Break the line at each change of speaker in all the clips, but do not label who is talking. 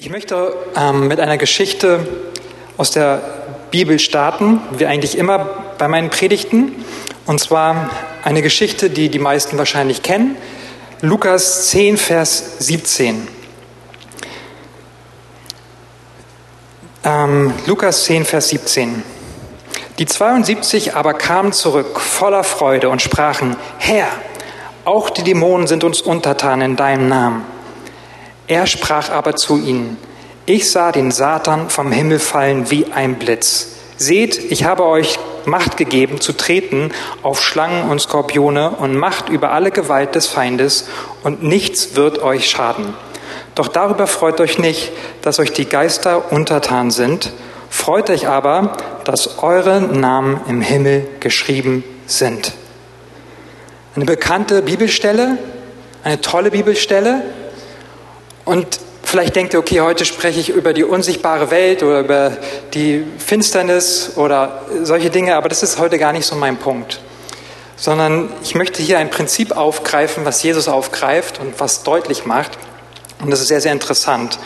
Ich möchte mit einer Geschichte aus der Bibel starten, wie eigentlich immer bei meinen Predigten. Und zwar eine Geschichte, die die meisten wahrscheinlich kennen. Lukas 10, Vers 17. Lukas 10, Vers 17. Die 72 aber kamen zurück, voller Freude und sprachen: Herr, auch die Dämonen sind uns untertan in deinem Namen. Er sprach aber zu ihnen: Ich sah den Satan vom Himmel fallen wie ein Blitz. Seht, ich habe euch Macht gegeben, zu treten auf Schlangen und Skorpione und Macht über alle Gewalt des Feindes, und nichts wird euch schaden. Doch darüber freut euch nicht, dass euch die Geister untertan sind. Freut euch aber, dass eure Namen im Himmel geschrieben sind. Eine bekannte Bibelstelle, eine tolle Bibelstelle. Und vielleicht denkt ihr, okay, heute spreche ich über die unsichtbare Welt oder über die Finsternis oder solche Dinge, aber das ist heute gar nicht so mein Punkt. Sondern ich möchte hier ein Prinzip aufgreifen, was Jesus aufgreift und was deutlich macht. Und das ist sehr, sehr interessant.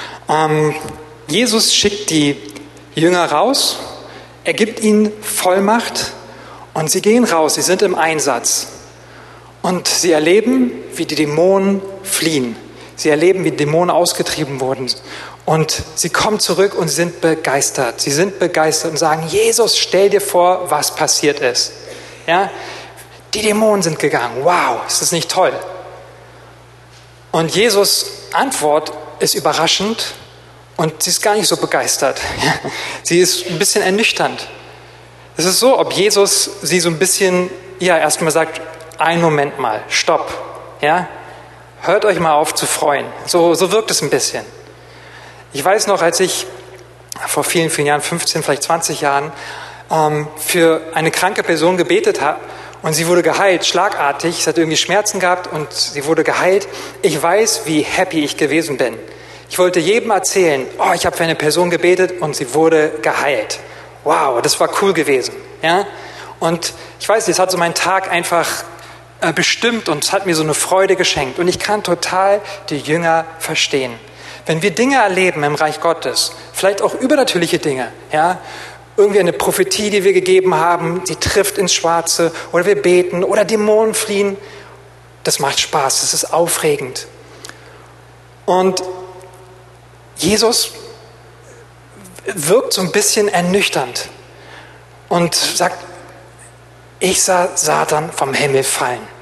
Jesus schickt die Jünger raus, er gibt ihnen Vollmacht und sie gehen raus, sie sind im Einsatz. Und sie erleben, wie die Dämonen fliehen. Sie erleben, wie Dämonen ausgetrieben wurden. Und sie kommen zurück und sind begeistert. Sie sind begeistert und sagen: Jesus, stell dir vor, was passiert ist. Ja? Die Dämonen sind gegangen. Wow, ist das nicht toll? Und Jesus' Antwort ist überraschend und sie ist gar nicht so begeistert. Sie ist ein bisschen ernüchternd. Es ist so, ob Jesus sie so ein bisschen, erstmal sagt: Einen Moment mal, stopp. Ja? Hört euch mal auf zu freuen. So wirkt es ein bisschen. Ich weiß noch, als ich vor vielen, vielen Jahren, 15, vielleicht 20 Jahren, für eine kranke Person gebetet habe und sie wurde geheilt, schlagartig. Sie hat irgendwie Schmerzen gehabt und sie wurde geheilt. Ich weiß, wie happy ich gewesen bin. Ich wollte jedem erzählen: ich habe für eine Person gebetet und sie wurde geheilt. Wow, das war cool gewesen. Ja? Und ich weiß nicht, es hat so meinen Tag einfach bestimmt und es hat mir so eine Freude geschenkt. Und ich kann total die Jünger verstehen. Wenn wir Dinge erleben im Reich Gottes, vielleicht auch übernatürliche Dinge, irgendwie eine Prophetie, die wir gegeben haben, sie trifft ins Schwarze, oder wir beten oder Dämonen fliehen, das macht Spaß, das ist aufregend. Und Jesus wirkt so ein bisschen ernüchternd und sagt: Ich sah Satan vom Himmel fallen.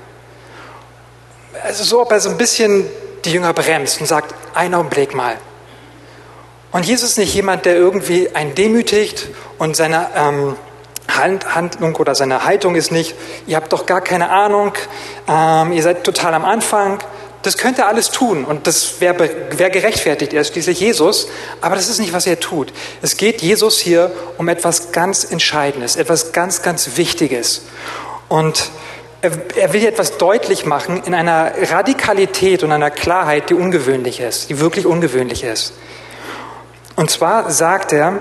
Also so, ob er so ein bisschen die Jünger bremst und sagt: Einen Augenblick mal. Und Jesus ist nicht jemand, der irgendwie einen demütigt, und seine Handlung oder seine Haltung ist nicht: Ihr habt doch gar keine Ahnung, ihr seid total am Anfang. Das könnt ihr alles tun und das wäre gerechtfertigt. Er ist schließlich Jesus, aber das ist nicht, was er tut. Es geht Jesus hier um etwas ganz Entscheidendes, etwas ganz, ganz Wichtiges. Und er will hier etwas deutlich machen in einer Radikalität und einer Klarheit, die ungewöhnlich ist, die wirklich ungewöhnlich ist. Und zwar sagt er: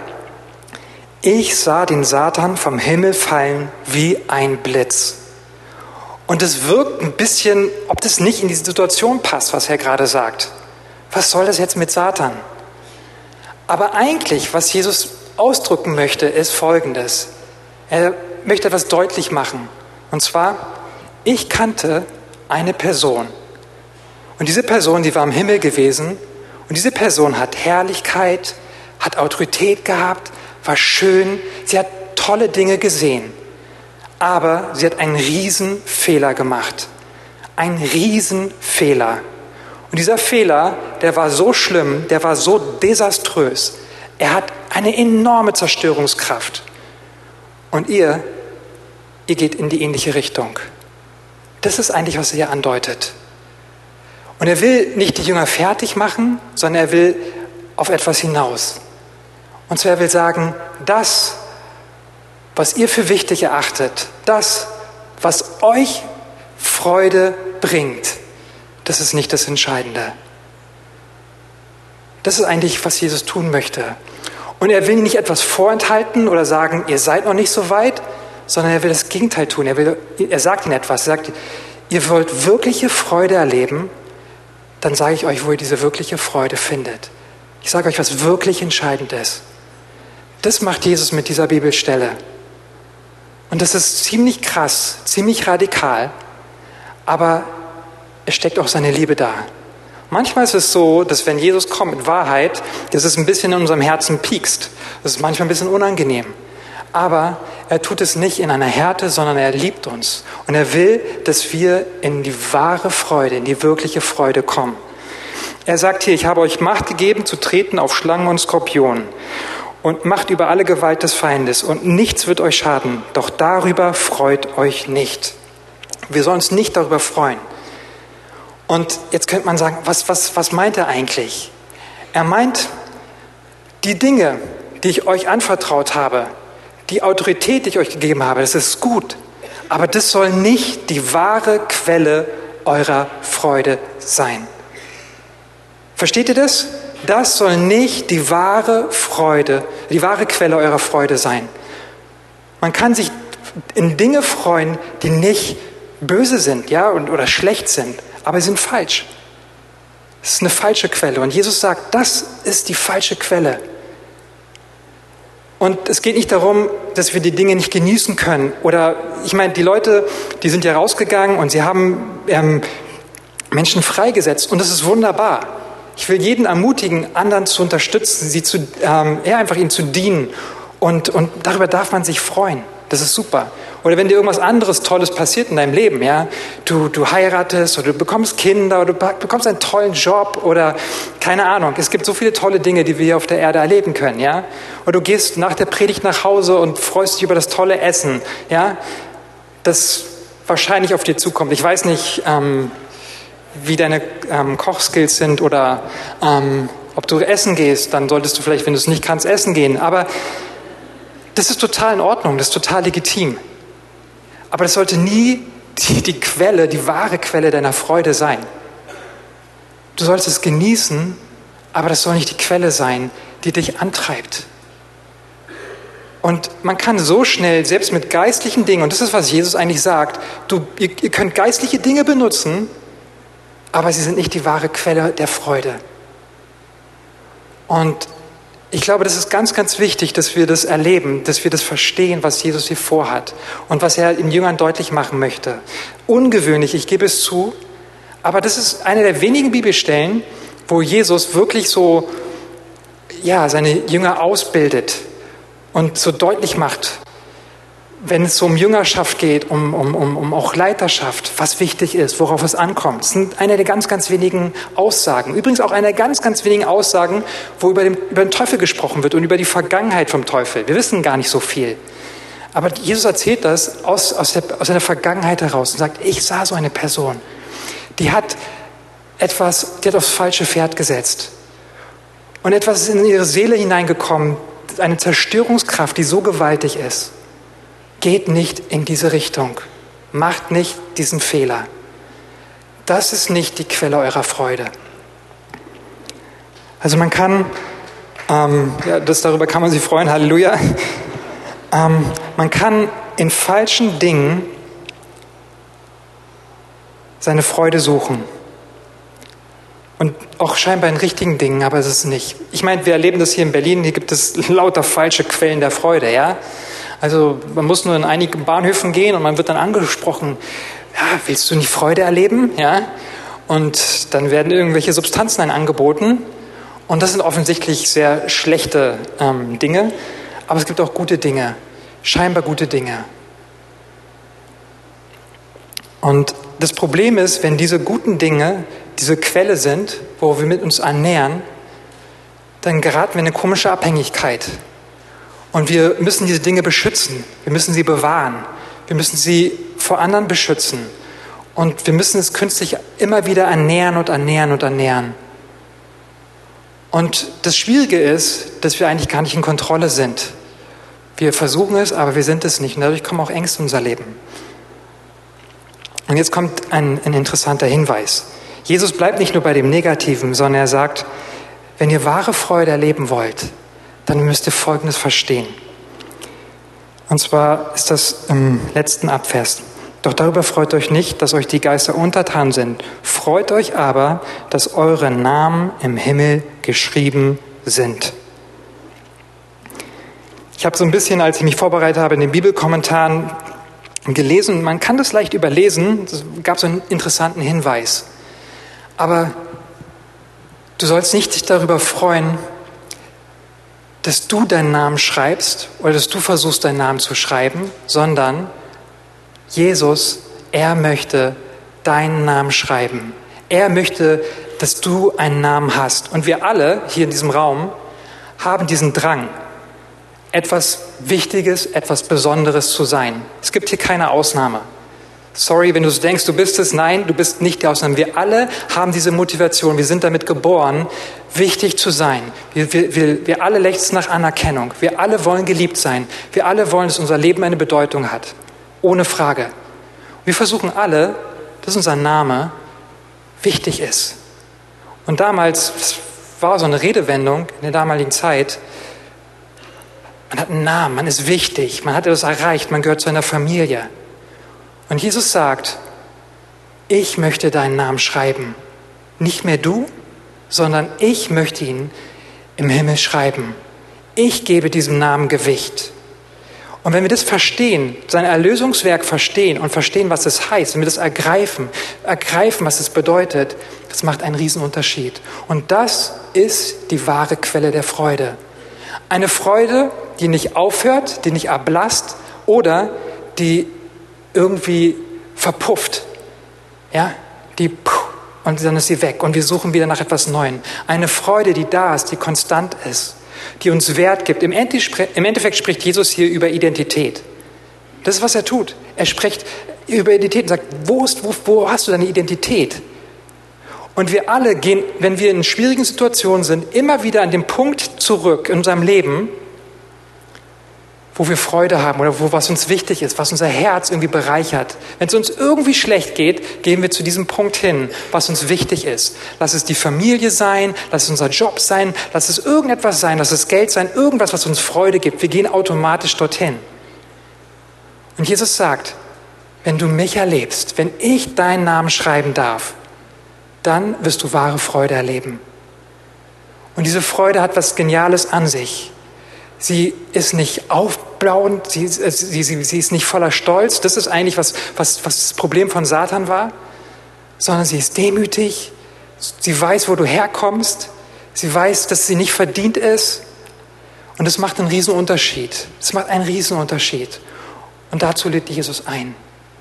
Ich sah den Satan vom Himmel fallen wie ein Blitz. Und es wirkt ein bisschen, ob das nicht in die Situation passt, was er gerade sagt. Was soll das jetzt mit Satan? Aber eigentlich, was Jesus ausdrücken möchte, ist Folgendes. Er möchte etwas deutlich machen. Und zwar: Ich kannte eine Person. Und diese Person, die war im Himmel gewesen. Und diese Person hat Herrlichkeit, hat Autorität gehabt, war schön. Sie hat tolle Dinge gesehen. Aber sie hat einen Riesenfehler gemacht. Einen Riesenfehler. Und dieser Fehler, der war so schlimm, der war so desaströs. Er hat eine enorme Zerstörungskraft. Und ihr geht in die ähnliche Richtung. Das ist eigentlich, was er hier andeutet. Und er will nicht die Jünger fertig machen, sondern er will auf etwas hinaus. Und zwar, er will sagen: Das, was ihr für wichtig erachtet, das, was euch Freude bringt, das ist nicht das Entscheidende. Das ist eigentlich, was Jesus tun möchte. Und er will nicht etwas vorenthalten oder sagen: Ihr seid noch nicht so weit, sondern er will das Gegenteil tun. Er sagt ihnen etwas. Er sagt: Ihr wollt wirkliche Freude erleben, dann sage ich euch, wo ihr diese wirkliche Freude findet. Ich sage euch, was wirklich entscheidend ist. Das macht Jesus mit dieser Bibelstelle. Und das ist ziemlich krass, ziemlich radikal, aber es steckt auch seine Liebe da. Manchmal ist es so, dass wenn Jesus kommt mit Wahrheit, dass es ein bisschen in unserem Herzen piekst. Das ist manchmal ein bisschen unangenehm. Aber er tut es nicht in einer Härte, sondern er liebt uns. Und er will, dass wir in die wahre Freude, in die wirkliche Freude kommen. Er sagt hier, ich habe euch Macht gegeben, zu treten auf Schlangen und Skorpionen und Macht über alle Gewalt des Feindes. Und nichts wird euch schaden, doch darüber freut euch nicht. Wir sollen uns nicht darüber freuen. Und jetzt könnte man sagen, was meint er eigentlich? Er meint, die Dinge, die ich euch anvertraut habe, die Autorität, die ich euch gegeben habe, das ist gut. Aber das soll nicht die wahre Quelle eurer Freude sein. Versteht ihr das? Das soll nicht die wahre Freude, die wahre Quelle eurer Freude sein. Man kann sich in Dinge freuen, die nicht böse sind, ja, oder schlecht sind, aber sie sind falsch. Es ist eine falsche Quelle. Und Jesus sagt, das ist die falsche Quelle. Und es geht nicht darum, dass wir die Dinge nicht genießen können. Oder, ich meine, die Leute, die sind ja rausgegangen und sie haben Menschen freigesetzt. Und das ist wunderbar. Ich will jeden ermutigen, anderen zu unterstützen, einfach ihnen zu dienen. Und darüber darf man sich freuen. Das ist super. Oder wenn dir irgendwas anderes Tolles passiert in deinem Leben, ja, du heiratest oder du bekommst Kinder oder du bekommst einen tollen Job oder keine Ahnung. Es gibt so viele tolle Dinge, die wir hier auf der Erde erleben können, ja. Oder du gehst nach der Predigt nach Hause und freust dich über das tolle Essen, ja, das wahrscheinlich auf dir zukommt. Ich weiß nicht, wie deine Kochskills sind oder ob du essen gehst, dann solltest du vielleicht, wenn du es nicht kannst, essen gehen. Aber das ist total in Ordnung, das ist total legitim. Aber das sollte nie die Quelle, die wahre Quelle deiner Freude sein. Du sollst es genießen, aber das soll nicht die Quelle sein, die dich antreibt. Und man kann so schnell, selbst mit geistlichen Dingen, und das ist, was Jesus eigentlich sagt, ihr könnt geistliche Dinge benutzen, aber sie sind nicht die wahre Quelle der Freude. Und ich glaube, das ist ganz, ganz wichtig, dass wir das erleben, dass wir das verstehen, was Jesus hier vorhat und was er den Jüngern deutlich machen möchte. Ungewöhnlich, ich gebe es zu, aber das ist eine der wenigen Bibelstellen, wo Jesus wirklich so, ja, seine Jünger ausbildet und so deutlich macht, wenn es so um Jüngerschaft geht, um auch Leiterschaft, was wichtig ist, worauf es ankommt. Das sind eine der ganz, ganz wenigen Aussagen. Übrigens auch eine der ganz, ganz wenigen Aussagen, wo über den Teufel gesprochen wird und über die Vergangenheit vom Teufel. Wir wissen gar nicht so viel. Aber Jesus erzählt das aus seiner Vergangenheit heraus und sagt, ich sah so eine Person, die hat aufs falsche Pferd gesetzt. Und etwas ist in ihre Seele hineingekommen, eine Zerstörungskraft, die so gewaltig ist. Geht nicht in diese Richtung. Macht nicht diesen Fehler. Das ist nicht die Quelle eurer Freude. Also man kann, darüber kann man sich freuen, Halleluja. Man kann in falschen Dingen seine Freude suchen. Und auch scheinbar in richtigen Dingen, aber es ist nicht. Ich meine, wir erleben das hier in Berlin, hier gibt es lauter falsche Quellen der Freude, ja. Also man muss nur in einigen Bahnhöfen gehen und man wird dann angesprochen, ja, willst du nicht Freude erleben? Ja? Und dann werden irgendwelche Substanzen einem angeboten und das sind offensichtlich sehr schlechte Dinge, aber es gibt auch gute Dinge, scheinbar gute Dinge. Und das Problem ist, wenn diese guten Dinge diese Quelle sind, wo wir mit uns annähern, dann geraten wir in eine komische Abhängigkeit. Und wir müssen diese Dinge beschützen. Wir müssen sie bewahren. Wir müssen sie vor anderen beschützen. Und wir müssen es künstlich immer wieder ernähren und ernähren und ernähren. Und das Schwierige ist, dass wir eigentlich gar nicht in Kontrolle sind. Wir versuchen es, aber wir sind es nicht. Und dadurch kommen auch Ängste in unser Leben. Und jetzt kommt ein interessanter Hinweis. Jesus bleibt nicht nur bei dem Negativen, sondern er sagt, wenn ihr wahre Freude erleben wollt, dann müsst ihr Folgendes verstehen. Und zwar ist das im letzten Abvers. Doch darüber freut euch nicht, dass euch die Geister untertan sind. Freut euch aber, dass eure Namen im Himmel geschrieben sind. Ich habe so ein bisschen, als ich mich vorbereitet habe, in den Bibelkommentaren gelesen, man kann das leicht überlesen, es gab so einen interessanten Hinweis. Aber du sollst nicht dich darüber freuen, dass du deinen Namen schreibst oder dass du versuchst, deinen Namen zu schreiben, sondern Jesus, er möchte deinen Namen schreiben. Er möchte, dass du einen Namen hast. Und wir alle hier in diesem Raum haben diesen Drang, etwas Wichtiges, etwas Besonderes zu sein. Es gibt hier keine Ausnahme. Sorry, wenn du so denkst, du bist es. Nein, du bist nicht die Ausnahme. Wir alle haben diese Motivation. Wir sind damit geboren, wichtig zu sein. Wir alle lechzen nach Anerkennung. Wir alle wollen geliebt sein. Wir alle wollen, dass unser Leben eine Bedeutung hat. Ohne Frage. Wir versuchen alle, dass unser Name wichtig ist. Und damals war so eine Redewendung in der damaligen Zeit, man hat einen Namen, man ist wichtig, man hat etwas erreicht, man gehört zu einer Familie. Und Jesus sagt, ich möchte deinen Namen schreiben. Nicht mehr du, sondern ich möchte ihn im Himmel schreiben. Ich gebe diesem Namen Gewicht. Und wenn wir das verstehen, sein Erlösungswerk verstehen und verstehen, was es heißt, wenn wir das ergreifen, was es bedeutet, das macht einen Riesenunterschied. Und das ist die wahre Quelle der Freude. Eine Freude, die nicht aufhört, die nicht erblasst oder die irgendwie verpufft. Ja, und dann ist sie weg und wir suchen wieder nach etwas Neuem. Eine Freude, die da ist, die konstant ist, die uns Wert gibt. Im Endeffekt spricht Jesus hier über Identität. Das ist, was er tut. Er spricht über Identität und sagt, wo hast du deine Identität? Und wir alle gehen, wenn wir in schwierigen Situationen sind, immer wieder an den Punkt zurück in unserem Leben, wo wir Freude haben oder was uns wichtig ist, was unser Herz irgendwie bereichert. Wenn es uns irgendwie schlecht geht, gehen wir zu diesem Punkt hin, was uns wichtig ist. Lass es die Familie sein, lass es unser Job sein, lass es irgendetwas sein, lass es Geld sein, irgendwas, was uns Freude gibt. Wir gehen automatisch dorthin. Und Jesus sagt, wenn du mich erlebst, wenn ich deinen Namen schreiben darf, dann wirst du wahre Freude erleben. Und diese Freude hat was Geniales an sich. Sie ist nicht aufblauend, sie ist nicht voller Stolz. Das ist eigentlich, was das Problem von Satan war. Sondern sie ist demütig. Sie weiß, wo du herkommst. Sie weiß, dass sie nicht verdient ist. Und das macht einen Riesenunterschied. Es macht einen Riesenunterschied. Und dazu lädt Jesus ein.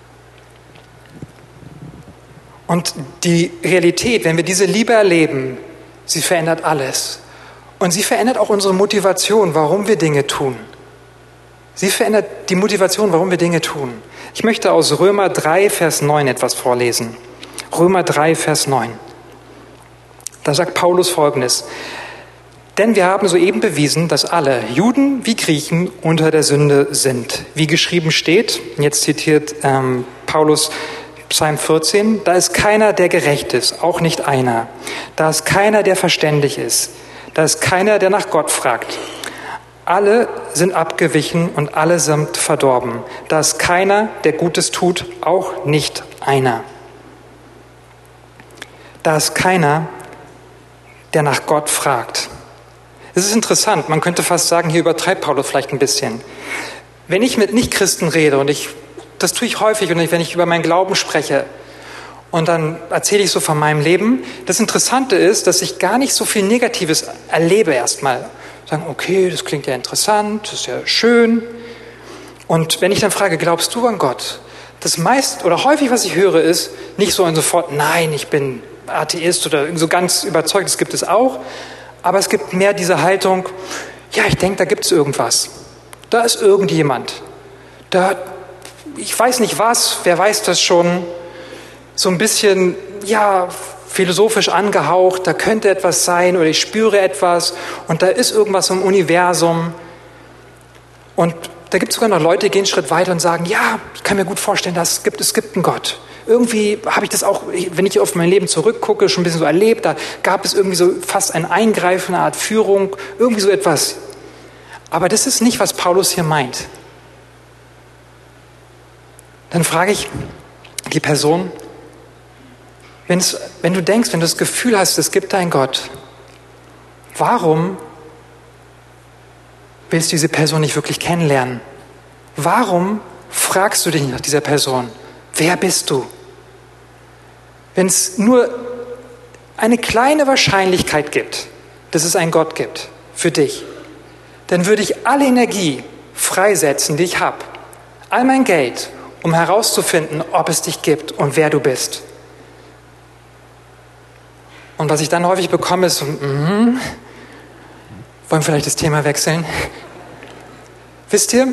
Und die Realität, wenn wir diese Liebe erleben, sie verändert alles. Und sie verändert auch unsere Motivation, warum wir Dinge tun. Sie verändert die Motivation, warum wir Dinge tun. Ich möchte aus Römer 3, Vers 9 etwas vorlesen. Römer 3, Vers 9. Da sagt Paulus Folgendes. Denn wir haben soeben bewiesen, dass alle, Juden wie Griechen, unter der Sünde sind. Wie geschrieben steht, jetzt zitiert Paulus Psalm 14, da ist keiner, der gerecht ist, auch nicht einer. Da ist keiner, der verständig ist. Da ist keiner, der nach Gott fragt. Alle sind abgewichen und alle sind verdorben. Da ist keiner, der Gutes tut, auch nicht einer. Da ist keiner, der nach Gott fragt. Es ist interessant, man könnte fast sagen, hier übertreibt Paulus vielleicht ein bisschen. Wenn ich mit Nichtchristen rede, und das tue ich häufig, und wenn ich über meinen Glauben spreche, und dann erzähle ich so von meinem Leben. Das Interessante ist, dass ich gar nicht so viel Negatives erlebe erstmal. Sagen, okay, das klingt ja interessant, das ist ja schön. Und wenn ich dann frage, glaubst du an Gott? Das meist oder häufig, was ich höre, ist nicht so sofort, nein, ich bin Atheist oder so ganz überzeugt, das gibt es auch. Aber es gibt mehr diese Haltung, ja, ich denke, da gibt es irgendwas. Da ist irgendjemand. Ich weiß nicht was, wer weiß das schon. So ein bisschen, ja, philosophisch angehaucht, da könnte etwas sein oder ich spüre etwas und da ist irgendwas im Universum. Und da gibt es sogar noch Leute, die gehen einen Schritt weiter und sagen, ja, ich kann mir gut vorstellen, es gibt einen Gott. Irgendwie habe ich das auch, wenn ich auf mein Leben zurückgucke, schon ein bisschen so erlebt, da gab es irgendwie so fast ein Eingreifen, eine Art Führung, irgendwie so etwas. Aber das ist nicht, was Paulus hier meint. Dann frage ich die Person, wenn du denkst, wenn du das Gefühl hast, es gibt einen Gott, warum willst du diese Person nicht wirklich kennenlernen? Warum fragst du dich nach dieser Person? Wer bist du? Wenn es nur eine kleine Wahrscheinlichkeit gibt, dass es einen Gott gibt für dich, dann würde ich alle Energie freisetzen, die ich habe, all mein Geld, um herauszufinden, ob es dich gibt und wer du bist. Und was ich dann häufig bekomme, ist, wollen wir vielleicht das Thema wechseln? Wisst ihr,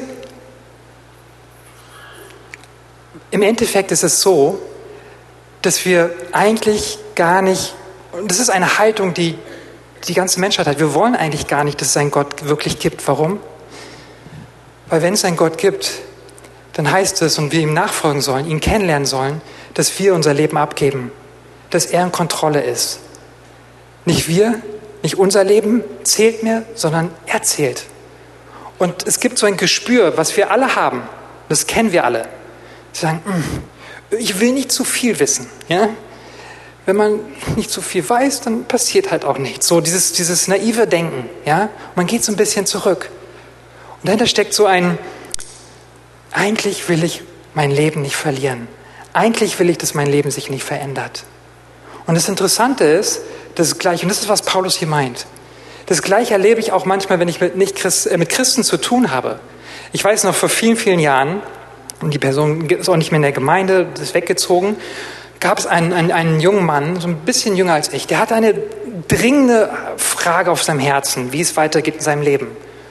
im Endeffekt ist es so, dass wir eigentlich gar nicht, und das ist eine Haltung, die die ganze Menschheit hat, wir wollen eigentlich gar nicht, dass es einen Gott wirklich gibt. Warum? Weil wenn es einen Gott gibt, dann heißt es, und wir ihm nachfolgen sollen, ihn kennenlernen sollen, dass wir unser Leben abgeben, dass er in Kontrolle ist. Nicht wir, nicht unser Leben zählt mehr, sondern er zählt. Und es gibt so ein Gespür, was wir alle haben, das kennen wir alle. Sie sagen, ich will nicht zu viel wissen. Ja? Wenn man nicht zu viel weiß, dann passiert halt auch nichts. So dieses naive Denken. Ja? Man geht so ein bisschen zurück. Und dahinter steckt so ein, eigentlich will ich mein Leben nicht verlieren. Eigentlich will ich, dass mein Leben sich nicht verändert. Und das Interessante ist, das Gleiche, und das ist, was Paulus hier meint. Das Gleiche erlebe ich auch manchmal, wenn ich mit Christen zu tun habe. Ich weiß noch, vor vielen, vielen Jahren, und die Person ist auch nicht mehr in der Gemeinde, ist weggezogen, gab es einen jungen Mann, so ein bisschen jünger als ich, der hatte eine dringende Frage auf seinem Herzen, wie es weitergeht in seinem Leben.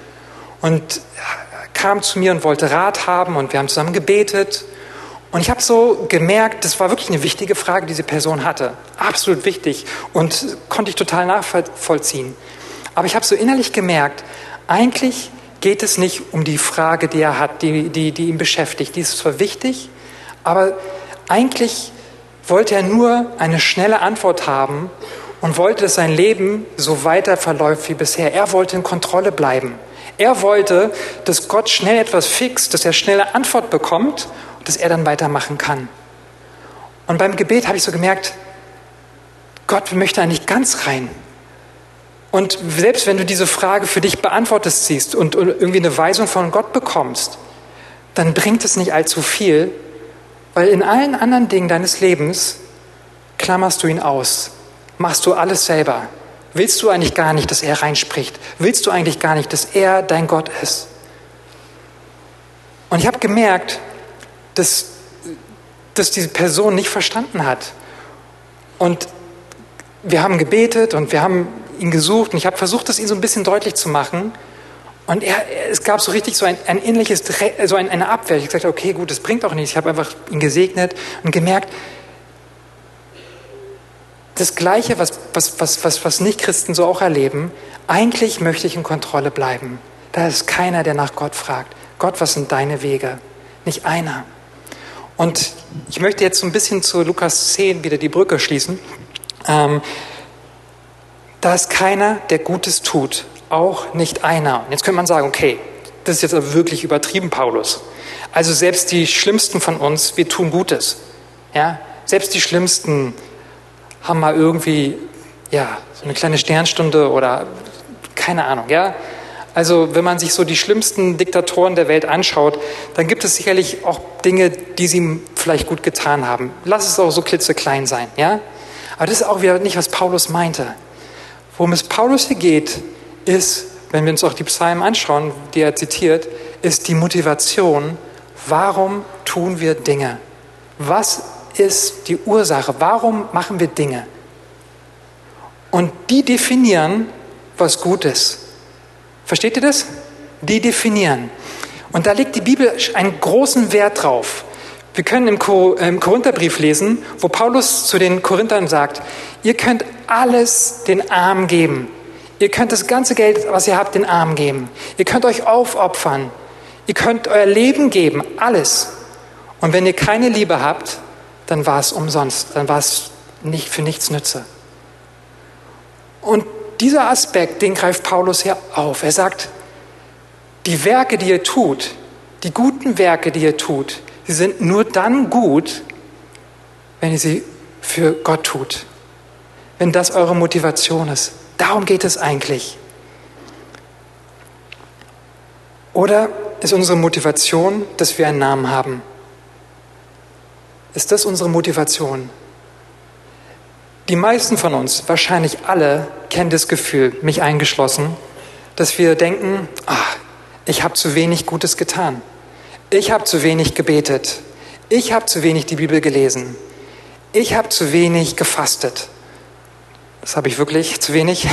Und kam zu mir und wollte Rat haben und wir haben zusammen gebetet. Und ich habe so gemerkt, das war wirklich eine wichtige Frage, die diese Person hatte. Absolut wichtig und konnte ich total nachvollziehen. Aber ich habe so innerlich gemerkt, eigentlich geht es nicht um die Frage, die er hat, die ihn beschäftigt. Die ist zwar wichtig, aber eigentlich wollte er nur eine schnelle Antwort haben und wollte, dass sein Leben so weiter verläuft wie bisher. Er wollte in Kontrolle bleiben. Er wollte, dass Gott schnell etwas fixt, dass er schnelle Antwort bekommt und dass er dann weitermachen kann. Und beim Gebet habe ich so gemerkt, Gott möchte eigentlich ganz rein. Und selbst wenn du diese Frage für dich beantwortet siehst und irgendwie eine Weisung von Gott bekommst, dann bringt es nicht allzu viel, weil in allen anderen Dingen deines Lebens klammerst du ihn aus, machst du alles selber. Willst du eigentlich gar nicht, dass er reinspricht? Willst du eigentlich gar nicht, dass er dein Gott ist? Und ich habe gemerkt, dass diese Person nicht verstanden hat. Und wir haben gebetet und wir haben ihn gesucht und ich habe versucht, das ihm so ein bisschen deutlich zu machen. Und es gab so richtig so ein innerliches, so eine Abwehr. Ich gesagt, okay, gut, das bringt auch nichts. Ich habe einfach ihn gesegnet und gemerkt, das Gleiche, was Nichtchristen so auch erleben, eigentlich möchte ich in Kontrolle bleiben. Da ist keiner, der nach Gott fragt. Gott, was sind deine Wege? Nicht einer. Und ich möchte jetzt so ein bisschen zu Lukas 10 wieder die Brücke schließen. Da ist keiner, der Gutes tut, auch nicht einer. Und jetzt könnte man sagen, okay, das ist jetzt aber wirklich übertrieben, Paulus. Also selbst die Schlimmsten von uns, wir tun Gutes. Ja? Selbst die Schlimmsten haben mal irgendwie, ja, so eine kleine Sternstunde oder keine Ahnung, ja. Also wenn man sich so die schlimmsten Diktatoren der Welt anschaut, dann gibt es sicherlich auch Dinge, die sie ihm vielleicht gut getan haben. Lass es auch so klitzeklein sein, ja. Aber das ist auch wieder nicht, was Paulus meinte. Worum es Paulus hier geht, ist, wenn wir uns auch die Psalmen anschauen, die er zitiert, ist die Motivation, warum tun wir Dinge? Was ist die Ursache? Warum machen wir Dinge? Und die definieren, was gut ist. Versteht ihr das? Die definieren. Und da legt die Bibel einen großen Wert drauf. Wir können im Korintherbrief lesen, wo Paulus zu den Korinthern sagt, ihr könnt alles den Armen geben. Ihr könnt das ganze Geld, was ihr habt, den Armen geben. Ihr könnt euch aufopfern. Ihr könnt euer Leben geben, alles. Und wenn ihr keine Liebe habt, dann war es umsonst, dann war es nicht für nichts Nütze. Und dieser Aspekt, den greift Paulus hier auf. Er sagt, die Werke, die ihr tut, die guten Werke, die ihr tut, sie sind nur dann gut, wenn ihr sie für Gott tut. Wenn das eure Motivation ist. Darum geht es eigentlich. Oder ist unsere Motivation, dass wir einen Namen haben? Ist das unsere Motivation? Die meisten von uns, wahrscheinlich alle, kennen das Gefühl, mich eingeschlossen, dass wir denken, ich habe zu wenig Gutes getan. Ich habe zu wenig gebetet. Ich habe zu wenig die Bibel gelesen. Ich habe zu wenig gefastet. Das habe ich wirklich zu wenig.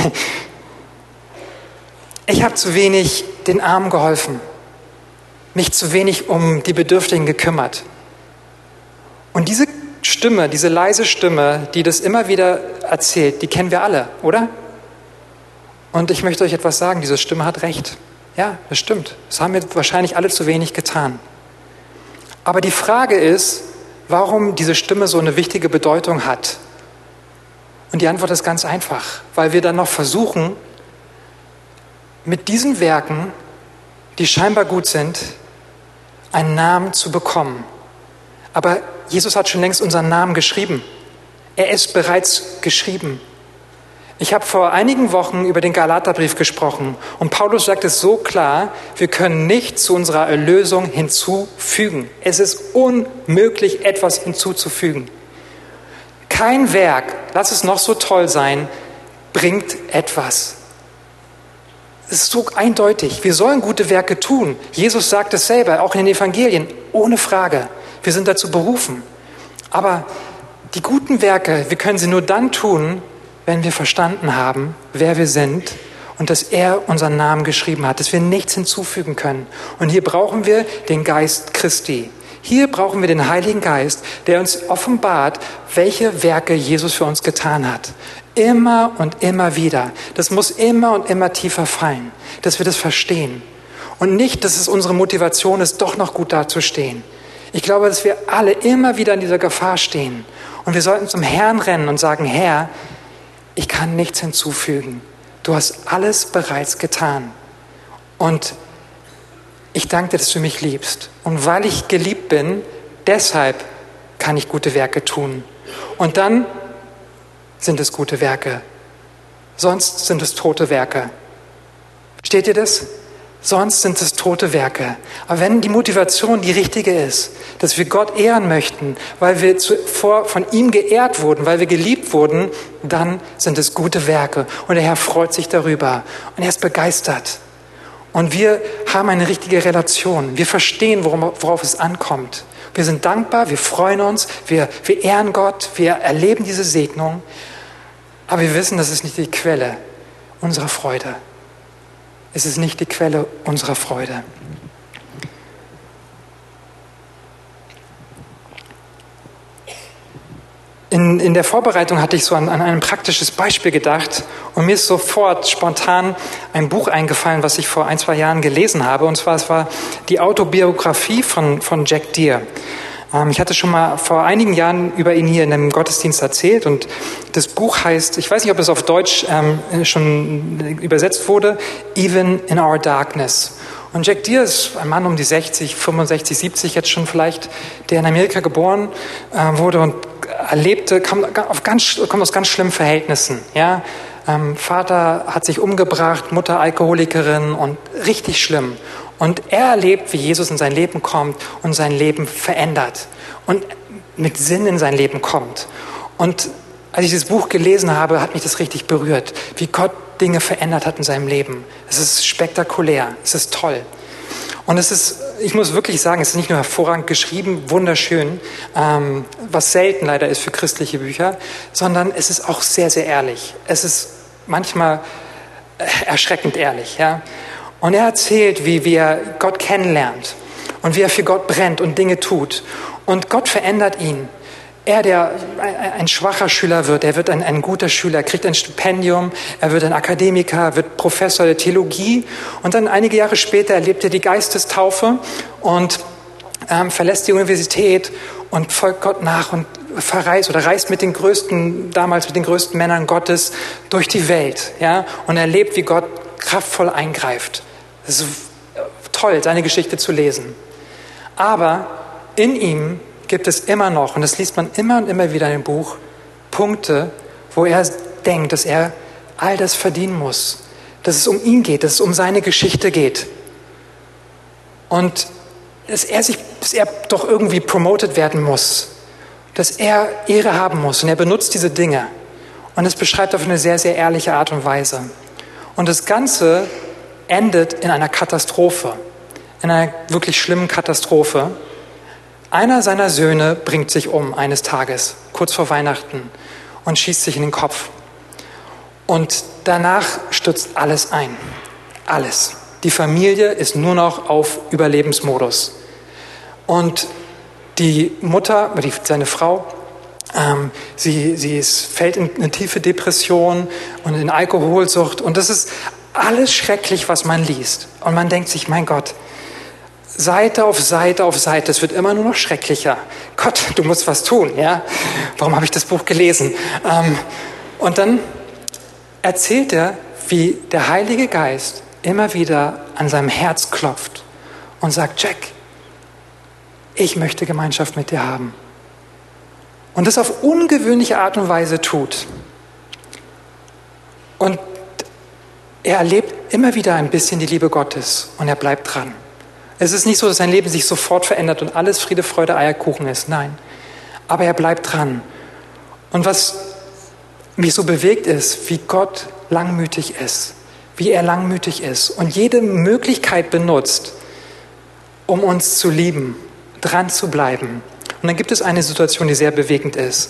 Ich habe zu wenig den Armen geholfen. Mich zu wenig um die Bedürftigen gekümmert. Und diese Stimme, diese leise Stimme, die das immer wieder erzählt, die kennen wir alle, oder? Und ich möchte euch etwas sagen, diese Stimme hat recht. Ja, das stimmt. Das haben wir wahrscheinlich alle zu wenig getan. Aber die Frage ist, warum diese Stimme so eine wichtige Bedeutung hat. Und die Antwort ist ganz einfach, weil wir dann noch versuchen, mit diesen Werken, die scheinbar gut sind, einen Namen zu bekommen. Aber Jesus hat schon längst unseren Namen geschrieben. Er ist bereits geschrieben. Ich habe vor einigen Wochen über den Galaterbrief gesprochen und Paulus sagt es so klar, wir können nichts zu unserer Erlösung hinzufügen. Es ist unmöglich, etwas hinzuzufügen. Kein Werk, lass es noch so toll sein, bringt etwas. Es ist so eindeutig. Wir sollen gute Werke tun. Jesus sagt es selber, auch in den Evangelien, ohne Frage. Wir sind dazu berufen. Aber die guten Werke, wir können sie nur dann tun, wenn wir verstanden haben, wer wir sind und dass er unseren Namen geschrieben hat, dass wir nichts hinzufügen können. Und hier brauchen wir den Geist Christi. Hier brauchen wir den Heiligen Geist, der uns offenbart, welche Werke Jesus für uns getan hat. Immer und immer wieder. Das muss immer und immer tiefer fallen, dass wir das verstehen. Und nicht, dass es unsere Motivation ist, doch noch gut dazustehen. Ich glaube, dass wir alle immer wieder in dieser Gefahr stehen. Und wir sollten zum Herrn rennen und sagen, Herr, ich kann nichts hinzufügen. Du hast alles bereits getan. Und ich danke dir, dass du mich liebst. Und weil ich geliebt bin, deshalb kann ich gute Werke tun. Und dann sind es gute Werke. Sonst sind es tote Werke. Versteht ihr das? Sonst sind es tote Werke. Aber wenn die Motivation die richtige ist, dass wir Gott ehren möchten, weil wir zuvor von ihm geehrt wurden, weil wir geliebt wurden, dann sind es gute Werke. Und der Herr freut sich darüber. Und er ist begeistert. Und wir haben eine richtige Relation. Wir verstehen, worauf es ankommt. Wir sind dankbar, wir freuen uns, wir ehren Gott, wir erleben diese Segnung. Aber wir wissen, das ist nicht die Quelle unserer Freude. Es ist nicht die Quelle unserer Freude. In der Vorbereitung hatte ich so an ein praktisches Beispiel gedacht und mir ist sofort spontan ein Buch eingefallen, was ich vor 1-2 Jahren gelesen habe. Und zwar, es war die Autobiografie von Jack Deere. Ich hatte schon mal vor einigen Jahren über ihn hier in einem Gottesdienst erzählt und das Buch heißt, ich weiß nicht, ob es auf Deutsch schon übersetzt wurde, Even in Our Darkness. Und Jack Deere ist ein Mann um die 60, 65, 70 jetzt schon vielleicht, der in Amerika geboren wurde und erlebte, kommt aus ganz schlimmen Verhältnissen. Ja? Vater hat sich umgebracht, Mutter Alkoholikerin und richtig schlimm. Und er erlebt, wie Jesus in sein Leben kommt und sein Leben verändert und mit Sinn in sein Leben kommt. Und als ich dieses Buch gelesen habe, hat mich das richtig berührt, wie Gott Dinge verändert hat in seinem Leben. Es ist spektakulär, es ist toll. Und es ist, ich muss wirklich sagen, es ist nicht nur hervorragend geschrieben, wunderschön, was selten leider ist für christliche Bücher, sondern es ist auch sehr, sehr ehrlich. Es ist manchmal erschreckend ehrlich, ja. Und er erzählt, wie er Gott kennenlernt und wie er für Gott brennt und Dinge tut. Und Gott verändert ihn. Er, der ein schwacher Schüler wird, er wird ein guter Schüler, er kriegt ein Stipendium, er wird ein Akademiker, wird Professor der Theologie. Und dann einige Jahre später erlebt er die Geistestaufe und verlässt die Universität und folgt Gott nach und reist mit den größten Männern Gottes durch die Welt. Ja, und erlebt, wie Gott kraftvoll eingreift. Es ist toll, seine Geschichte zu lesen. Aber in ihm gibt es immer noch, und das liest man immer und immer wieder in dem Buch, Punkte, wo er denkt, dass er all das verdienen muss. Dass es um ihn geht, dass es um seine Geschichte geht. und dass er doch irgendwie promoted werden muss, dass er Ehre haben muss. Und er benutzt diese Dinge. Und es beschreibt auf eine sehr, sehr ehrliche Art und Weise. Und das Ganze endet in einer Katastrophe, in einer wirklich schlimmen Katastrophe. Einer seiner Söhne bringt sich um eines Tages, kurz vor Weihnachten, und schießt sich in den Kopf. Und danach stürzt alles ein. Alles. Die Familie ist nur noch auf Überlebensmodus. Und die Mutter, seine Frau, sie fällt in eine tiefe Depression und in Alkoholsucht. Und das ist alles schrecklich, was man liest. Und man denkt sich, mein Gott, Seite auf Seite auf Seite, es wird immer nur noch schrecklicher. Gott, du musst was tun, ja? Warum habe ich das Buch gelesen? Und dann erzählt er, wie der Heilige Geist immer wieder an seinem Herz klopft und sagt, Jack, ich möchte Gemeinschaft mit dir haben. Und das auf ungewöhnliche Art und Weise tut. Und er erlebt immer wieder ein bisschen die Liebe Gottes und er bleibt dran. Es ist nicht so, dass sein Leben sich sofort verändert und alles Friede, Freude, Eierkuchen ist. Nein, aber er bleibt dran. Und was mich so bewegt ist, wie Gott langmütig ist, wie er langmütig ist und jede Möglichkeit benutzt, um uns zu lieben, dran zu bleiben. Und dann gibt es eine Situation, die sehr bewegend ist.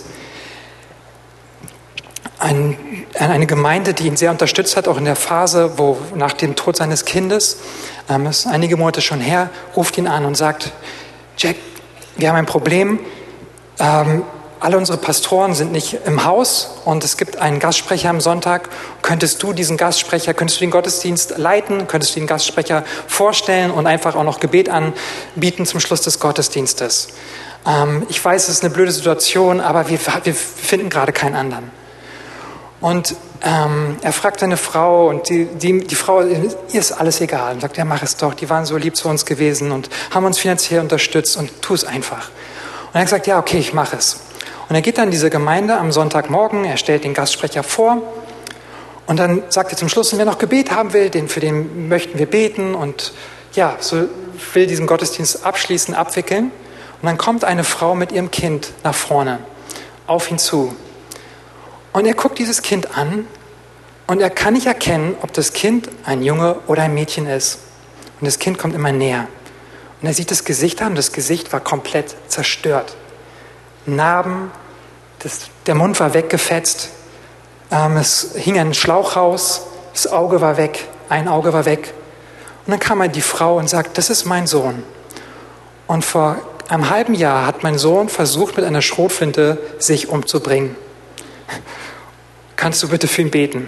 Eine Gemeinde, die ihn sehr unterstützt hat, auch in der Phase, wo nach dem Tod seines Kindes, das ist einige Monate schon her, ruft ihn an und sagt, Jack, wir haben ein Problem, alle unsere Pastoren sind nicht im Haus und es gibt einen Gastsprecher am Sonntag. Könntest du den Gottesdienst leiten? Könntest du den Gastsprecher vorstellen und einfach auch noch Gebet anbieten zum Schluss des Gottesdienstes? Ich weiß, es ist eine blöde Situation, aber wir finden gerade keinen anderen. Und er fragt seine Frau und die Frau, ihr ist alles egal. Und sagt, ja, mach es doch. Die waren so lieb zu uns gewesen und haben uns finanziell unterstützt und tu es einfach. Und er hat gesagt, ja, okay, ich mache es. Und er geht dann in diese Gemeinde am Sonntagmorgen, er stellt den Gastsprecher vor und dann sagt er zum Schluss, wer noch Gebet haben will, für den möchten wir beten und ja, so will diesen Gottesdienst abschließen, abwickeln. Und dann kommt eine Frau mit ihrem Kind nach vorne, auf ihn zu. Und er guckt dieses Kind an und er kann nicht erkennen, ob das Kind ein Junge oder ein Mädchen ist. Und das Kind kommt immer näher. Und er sieht das Gesicht an und das Gesicht war komplett zerstört. Narben, der Mund war weggefetzt, es hing ein Schlauch raus, das Auge war weg, ein Auge war weg. Und dann kam die Frau und sagt, das ist mein Sohn. Und vor einem halben Jahr hat mein Sohn versucht, mit einer Schrotflinte sich umzubringen. Kannst du bitte für ihn beten?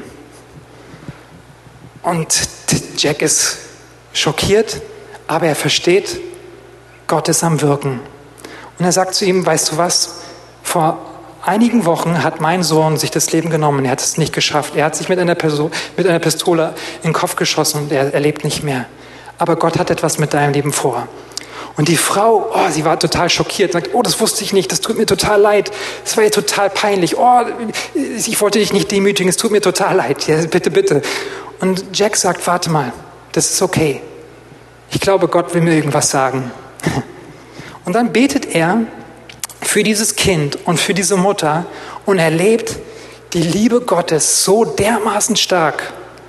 Und Jack ist schockiert, aber er versteht, Gott ist am Wirken. Und er sagt zu ihm, weißt du was, vor einigen Wochen hat mein Sohn sich das Leben genommen, er hat es nicht geschafft. Er hat sich mit einer Pistole in den Kopf geschossen und er lebt nicht mehr. Aber Gott hat etwas mit deinem Leben vor. Und die Frau, sie war total schockiert, sagt, das wusste ich nicht, das tut mir total leid, das war ihr total peinlich, ich wollte dich nicht demütigen, es tut mir total leid, ja, bitte, bitte. Und Jack sagt, warte mal, das ist okay. Ich glaube, Gott will mir irgendwas sagen. Und dann betet er für dieses Kind und für diese Mutter und erlebt die Liebe Gottes so dermaßen stark.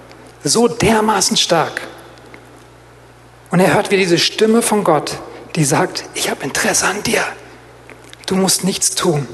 Und er hört wieder diese Stimme von Gott, die sagt, ich habe Interesse an dir. Du musst nichts tun.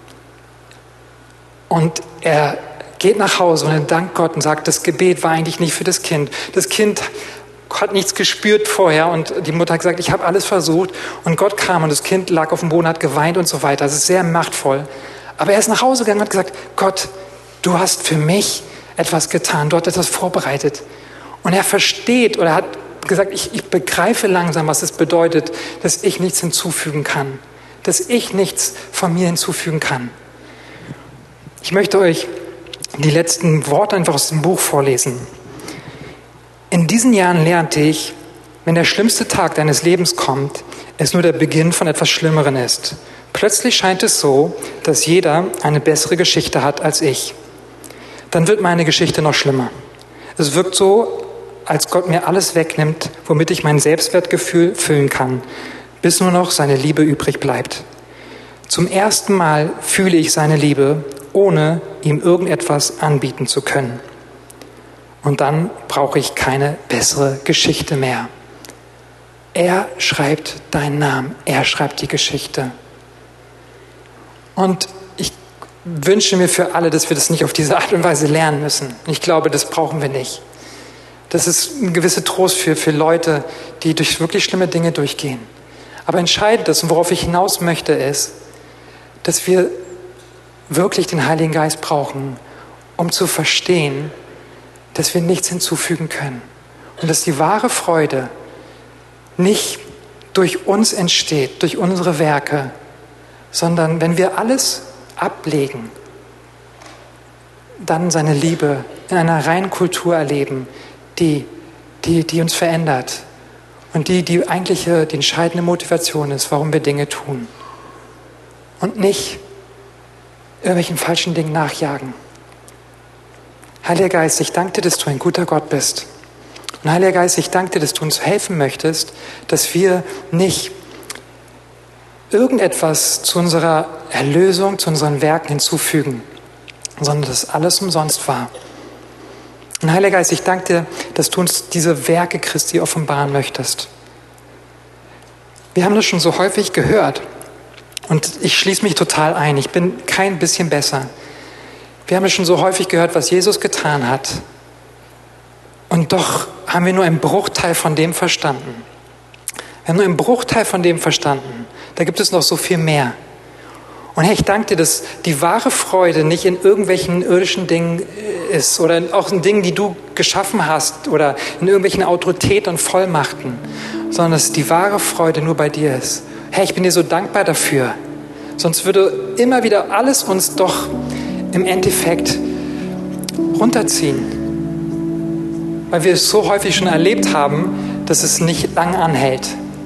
Und er geht nach Hause und er dankt Gott und sagt, das Gebet war eigentlich nicht für das Kind. Das Kind hat nichts gespürt vorher und die Mutter hat gesagt, ich habe alles versucht und Gott kam und das Kind lag auf dem Boden, hat geweint und so weiter. Das ist sehr machtvoll. Aber er ist nach Hause gegangen und hat gesagt, Gott, du hast für mich etwas getan, du hast etwas vorbereitet. Und er versteht oder hat gesagt, ich begreife langsam, was es bedeutet, dass ich nichts hinzufügen kann, dass ich nichts von mir hinzufügen kann. Ich möchte euch die letzten Worte einfach aus dem Buch vorlesen. In diesen Jahren lernte ich, wenn der schlimmste Tag deines Lebens kommt, es nur der Beginn von etwas Schlimmeren ist. Plötzlich scheint es so, dass jeder eine bessere Geschichte hat als ich. Dann wird meine Geschichte noch schlimmer. Es wirkt so, als Gott mir alles wegnimmt, womit ich mein Selbstwertgefühl füllen kann, bis nur noch seine Liebe übrig bleibt. Zum ersten Mal fühle ich seine Liebe, ohne ihm irgendetwas anbieten zu können. Und dann brauche ich keine bessere Geschichte mehr. Er schreibt deinen Namen, er schreibt die Geschichte. Und ich wünsche mir für alle, dass wir das nicht auf diese Art und Weise lernen müssen. Ich glaube, das brauchen wir nicht. Das ist ein gewisser Trost für Leute, die durch wirklich schlimme Dinge durchgehen. Aber entscheidend ist, und worauf ich hinaus möchte, ist, dass wir wirklich den Heiligen Geist brauchen, um zu verstehen, dass wir nichts hinzufügen können. Und dass die wahre Freude nicht durch uns entsteht, durch unsere Werke, sondern wenn wir alles ablegen, dann seine Liebe in einer reinen Kultur erleben, die uns verändert und die eigentliche, die entscheidende Motivation ist, warum wir Dinge tun. Und nicht irgendwelchen falschen Dingen nachjagen. Heiliger Geist, ich danke dir, dass du ein guter Gott bist. Und Heiliger Geist, ich danke dir, dass du uns helfen möchtest, dass wir nicht irgendetwas zu unserer Erlösung, zu unseren Werken hinzufügen, sondern dass alles umsonst war. Und Heiliger Geist, ich danke dir, dass du uns diese Werke Christi offenbaren möchtest. Wir haben das schon so häufig gehört und ich schließe mich total ein. Ich bin kein bisschen besser. Wir haben es schon so häufig gehört, was Jesus getan hat. Und doch haben wir nur einen Bruchteil von dem verstanden. Wir haben nur einen Bruchteil von dem verstanden. Da gibt es noch so viel mehr. Und Herr, ich danke dir, dass die wahre Freude nicht in irgendwelchen irdischen Dingen ist oder auch in Dingen, die du geschaffen hast oder in irgendwelchen Autoritäten und Vollmachten, sondern dass die wahre Freude nur bei dir ist. Herr, ich bin dir so dankbar dafür. Sonst würde immer wieder alles uns doch im Endeffekt runterziehen. Weil wir es so häufig schon erlebt haben, dass es nicht lang anhält.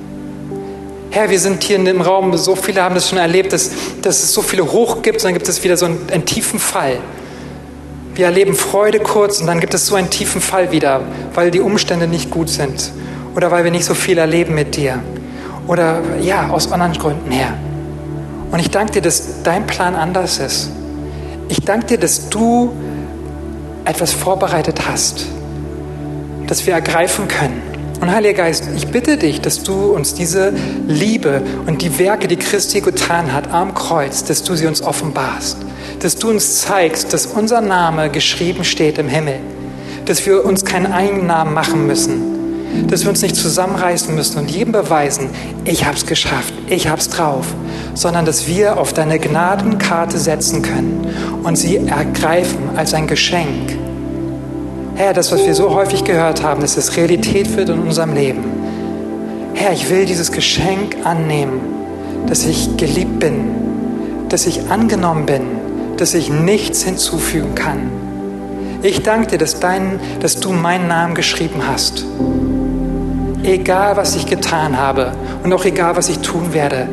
Herr, wir sind hier in dem Raum, so viele haben das schon erlebt, dass es so viele Hoch gibt und dann gibt es wieder so einen tiefen Fall. Wir erleben Freude kurz und dann gibt es so einen tiefen Fall wieder, weil die Umstände nicht gut sind oder weil wir nicht so viel erleben mit dir oder ja, aus anderen Gründen her. Und ich danke dir, dass dein Plan anders ist. Ich danke dir, dass du etwas vorbereitet hast, das wir ergreifen können. Und Heiliger Geist, ich bitte dich, dass du uns diese Liebe und die Werke, die Christi getan hat am Kreuz, dass du sie uns offenbarst. Dass du uns zeigst, dass unser Name geschrieben steht im Himmel. Dass wir uns keinen eigenen Namen machen müssen. Dass wir uns nicht zusammenreißen müssen und jedem beweisen, ich habe es geschafft, ich habe es drauf. Sondern dass wir auf deine Gnadenkarte setzen können und sie ergreifen als ein Geschenk. Herr, das, was wir so häufig gehört haben, dass es Realität wird in unserem Leben. Herr, ich will dieses Geschenk annehmen, dass ich geliebt bin, dass ich angenommen bin, dass ich nichts hinzufügen kann. Ich danke dir, dass du meinen Namen geschrieben hast. Egal, was ich getan habe und auch egal, was ich tun werde.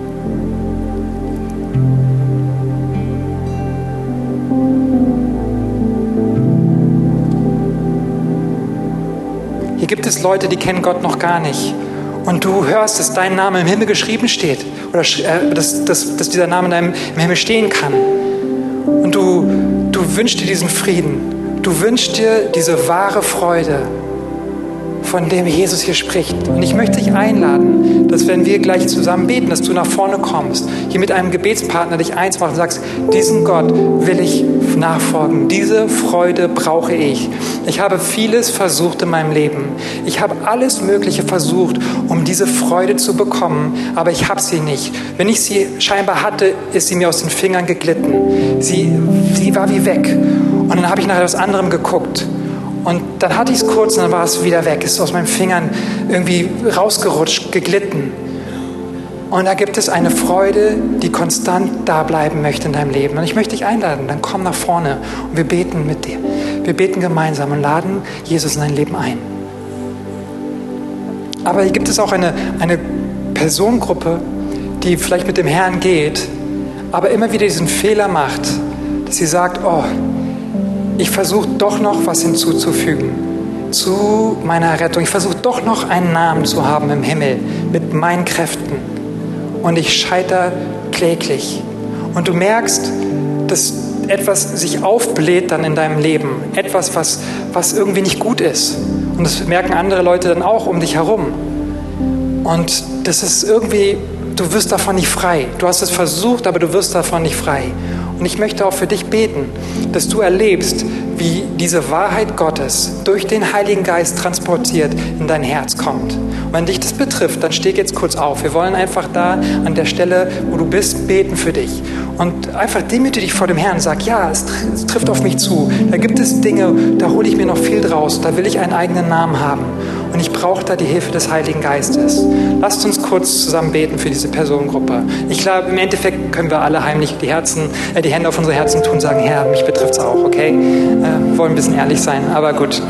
Hier gibt es Leute, die kennen Gott noch gar nicht. Und du hörst, dass dein Name im Himmel geschrieben steht. Oder dass dieser Name im Himmel stehen kann. Und du wünschst dir diesen Frieden. Du wünschst dir diese wahre Freude, von dem Jesus hier spricht. Und ich möchte dich einladen, dass wenn wir gleich zusammen beten, dass du nach vorne kommst, hier mit einem Gebetspartner dich eins machst und sagst, diesen Gott will ich nachfolgen. Diese Freude brauche ich. Ich habe vieles versucht in meinem Leben. Ich habe alles Mögliche versucht, um diese Freude zu bekommen, aber ich habe sie nicht. Wenn ich sie scheinbar hatte, ist sie mir aus den Fingern geglitten. Sie war wie weg. Und dann habe ich nach etwas anderem geguckt. Und dann hatte ich es kurz und dann war es wieder weg. Es ist aus meinen Fingern irgendwie rausgerutscht, geglitten. Und da gibt es eine Freude, die konstant da bleiben möchte in deinem Leben. Und ich möchte dich einladen, dann komm nach vorne und wir beten mit dir. Wir beten gemeinsam und laden Jesus in dein Leben ein. Aber hier gibt es auch eine Personengruppe, die vielleicht mit dem Herrn geht, aber immer wieder diesen Fehler macht, dass sie sagt, oh, ich versuche doch noch was hinzuzufügen. zu meiner Rettung. Ich versuche doch noch einen Namen zu haben im Himmel mit meinen Kräften. Und ich scheitere kläglich. Und du merkst, dass etwas sich aufbläht dann in deinem Leben. Etwas, was irgendwie nicht gut ist. Und das merken andere Leute dann auch um dich herum. Und das ist irgendwie, du wirst davon nicht frei. Du hast es versucht, aber du wirst davon nicht frei. Und ich möchte auch für dich beten, dass du erlebst, wie diese Wahrheit Gottes durch den Heiligen Geist transportiert in dein Herz kommt. Und wenn dich das betrifft, dann steh jetzt kurz auf. Wir wollen einfach da an der Stelle, wo du bist, beten für dich. Und einfach demütige dich vor dem Herrn. Sag, ja, es trifft auf mich zu. Da gibt es Dinge, da hole ich mir noch viel draus. Da will ich einen eigenen Namen haben. Und ich brauche da die Hilfe des Heiligen Geistes. Lasst uns kurz zusammen beten für diese Personengruppe. Ich glaube, im Endeffekt können wir alle heimlich die Hände auf unsere Herzen tun und sagen, Herr, mich betrifft es auch, okay? Wir wollen ein bisschen ehrlich sein, aber gut.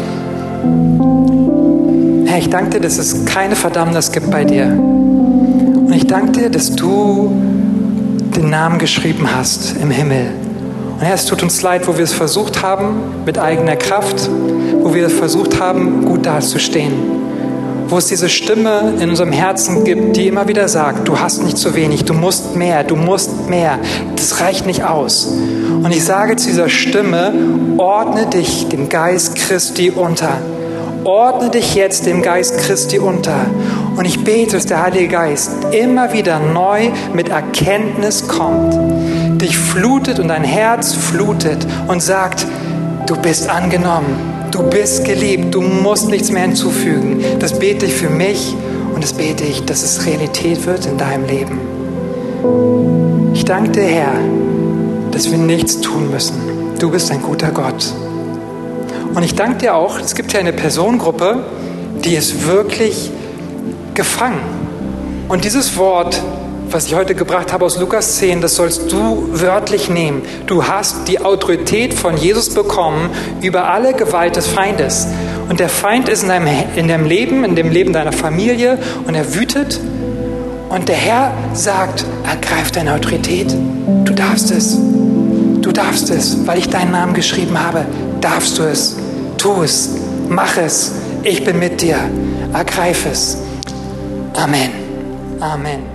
Herr, ich danke dir, dass es keine Verdammnis gibt bei dir. Und ich danke dir, dass du den Namen geschrieben hast im Himmel. Und Herr, es tut uns leid, wo wir es versucht haben mit eigener Kraft, wo wir versucht haben, gut dazustehen. Wo es diese Stimme in unserem Herzen gibt, die immer wieder sagt, du hast nicht zu wenig, du musst mehr, das reicht nicht aus. Und ich sage zu dieser Stimme, ordne dich dem Geist Christi unter. Ordne dich jetzt dem Geist Christi unter. Und ich bete, dass der Heilige Geist immer wieder neu mit Erkenntnis kommt, dich flutet und dein Herz flutet und sagt, du bist angenommen, du bist geliebt, du musst nichts mehr hinzufügen. Das bete ich für mich und das bete ich, dass es Realität wird in deinem Leben. Ich danke dir, Herr, dass wir nichts tun müssen. Du bist ein guter Gott. Und ich danke dir auch, es gibt ja eine Personengruppe, die ist wirklich gefangen. Und dieses Wort, was ich heute gebracht habe aus Lukas 10, das sollst du wörtlich nehmen. Du hast die Autorität von Jesus bekommen über alle Gewalt des Feindes. Und der Feind ist in deinem Leben, in dem Leben deiner Familie und er wütet. Und der Herr sagt, ergreif deine Autorität. Du darfst es. Du darfst es, weil ich deinen Namen geschrieben habe. Darfst du es. Tu es. Mach es. Ich bin mit dir. Ergreif es. Amen. Amen.